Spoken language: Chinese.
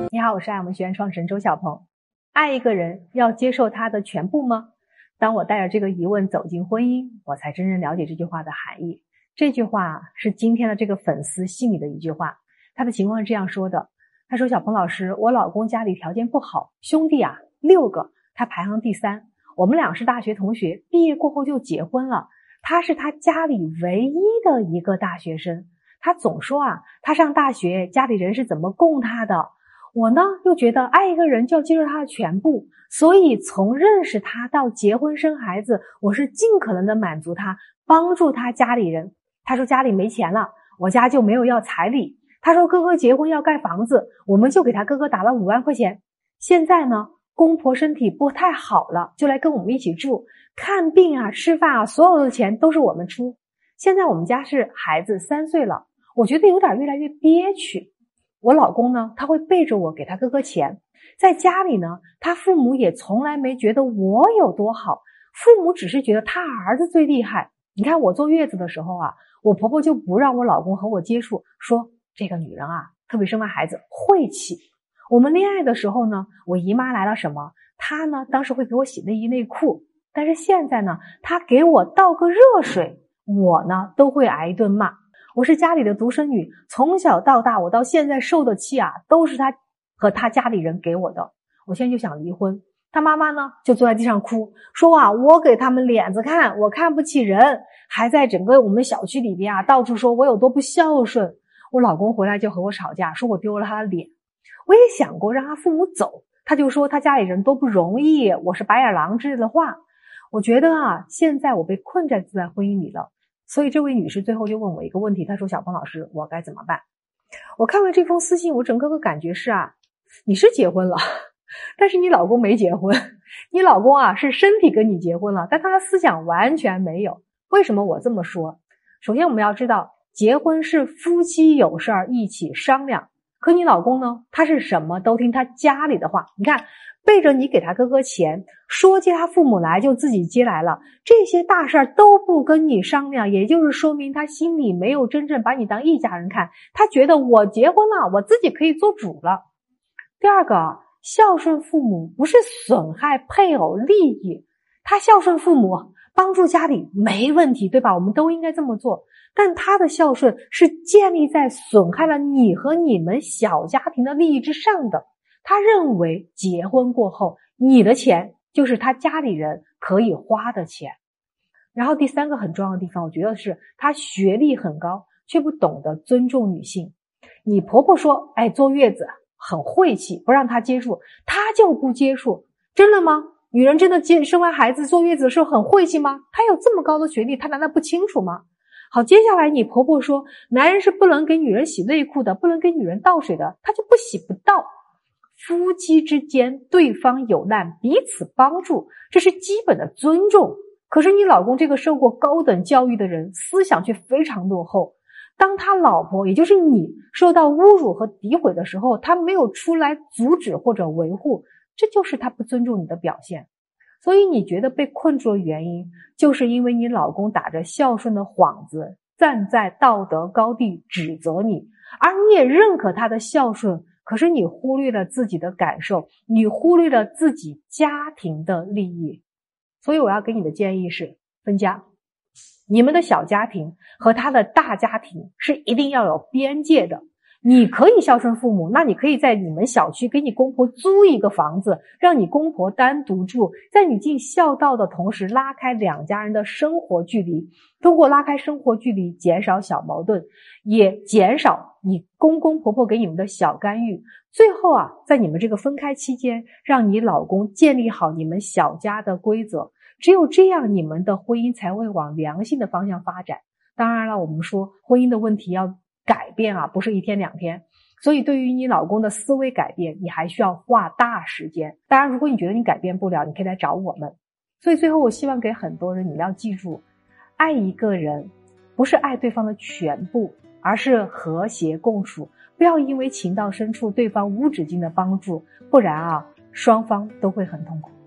你好，我是爱我们学院创始人周小鹏。爱一个人要接受他的全部吗？当我带着这个疑问走进婚姻，我才真正了解这句话的含义。这句话是今天的这个粉丝信里的一句话，他的情况是这样说的。他说，小鹏老师，我老公家里条件不好，兄弟6个，他排行第3。我们俩是大学同学，毕业过后就结婚了。他是他家里唯一的一个大学生。他总说他上大学家里人是怎么供他的。我呢又觉得爱一个人就要接受他的全部，所以从认识他到结婚生孩子，我是尽可能的满足他，帮助他家里人。他说家里没钱了，我家就没有要彩礼。他说哥哥结婚要盖房子，我们就给他哥哥打了5万块钱。现在呢公婆身体不太好了，就来跟我们一起住，看病吃饭所有的钱都是我们出。现在我们家是孩子3岁了，我觉得有点越来越憋屈。我老公呢，他会背着我给他哥哥钱，在家里呢，他父母也从来没觉得我有多好，父母只是觉得他儿子最厉害。你看我坐月子的时候我婆婆就不让我老公和我接触，说这个女人特别生完孩子晦气。我们恋爱的时候呢，我姨妈来了什么，她呢当时会给我洗内衣内裤，但是现在呢，她给我倒个热水，我呢都会挨一顿骂。我是家里的独生女，从小到大我到现在受的气都是他和他家里人给我的。我现在就想离婚。他妈妈呢就坐在地上哭，说我给他们脸子看，我看不起人，还在整个我们小区里边到处说我有多不孝顺。我老公回来就和我吵架，说我丢了他的脸。我也想过让他父母走，他就说他家里人都不容易，我是白眼狼之类的话。我觉得现在我被困在这段婚姻里了。所以这位女士最后就问我一个问题，她说小鹏老师，我该怎么办？我看完这封私信，我整个感觉是你是结婚了，但是你老公没结婚。你老公是身体跟你结婚了，但他的思想完全没有。为什么我这么说？首先我们要知道，结婚是夫妻有事儿一起商量，可你老公呢，他是什么都听他家里的话。你看背着你给他哥哥钱，说接他父母来就自己接来了，这些大事儿都不跟你商量，也就是说明他心里没有真正把你当一家人看，他觉得我结婚了，我自己可以做主了。第二个，孝顺父母不是损害配偶利益，他孝顺父母帮助家里没问题，对吧？我们都应该这么做，但他的孝顺是建立在损害了你和你们小家庭的利益之上的。他认为结婚过后，你的钱就是他家里人可以花的钱。然后第3个很重要的地方，我觉得是他学历很高，却不懂得尊重女性。你婆婆说坐月子很晦气，不让她接触，她就不接触。真的吗？女人真的生完孩子坐月子的时候很晦气吗？她有这么高的学历，她难道不清楚吗？好，接下来你婆婆说男人是不能给女人洗内裤的，不能给女人倒水的，她就不洗不倒。夫妻之间对方有难彼此帮助，这是基本的尊重。可是你老公这个受过高等教育的人，思想却非常落后。当他老婆也就是你受到侮辱和诋毁的时候，他没有出来阻止或者维护，这就是他不尊重你的表现。所以你觉得被困住的原因，就是因为你老公打着孝顺的幌子，站在道德高地指责你，而你也认可他的孝顺，可是你忽略了自己的感受，你忽略了自己家庭的利益。所以我要给你的建议是分家。你们的小家庭和他的大家庭是一定要有边界的。你可以孝顺父母，那你可以在你们小区给你公婆租一个房子，让你公婆单独住，在你尽孝道的同时拉开2家人的生活距离，通过拉开生活距离减少小矛盾，也减少你公公婆婆给你们的小干预。最后在你们这个分开期间，让你老公建立好你们小家的规则，只有这样你们的婚姻才会往良性的方向发展。当然了，我们说婚姻的问题要改变不是1天2天，所以对于你老公的思维改变，你还需要花大时间。当然如果你觉得你改变不了，你可以来找我们。所以最后我希望给很多人，你要记住，爱一个人不是爱对方的全部，而是和谐共处。不要因为情到深处对方无止境的帮助，不然双方都会很痛苦。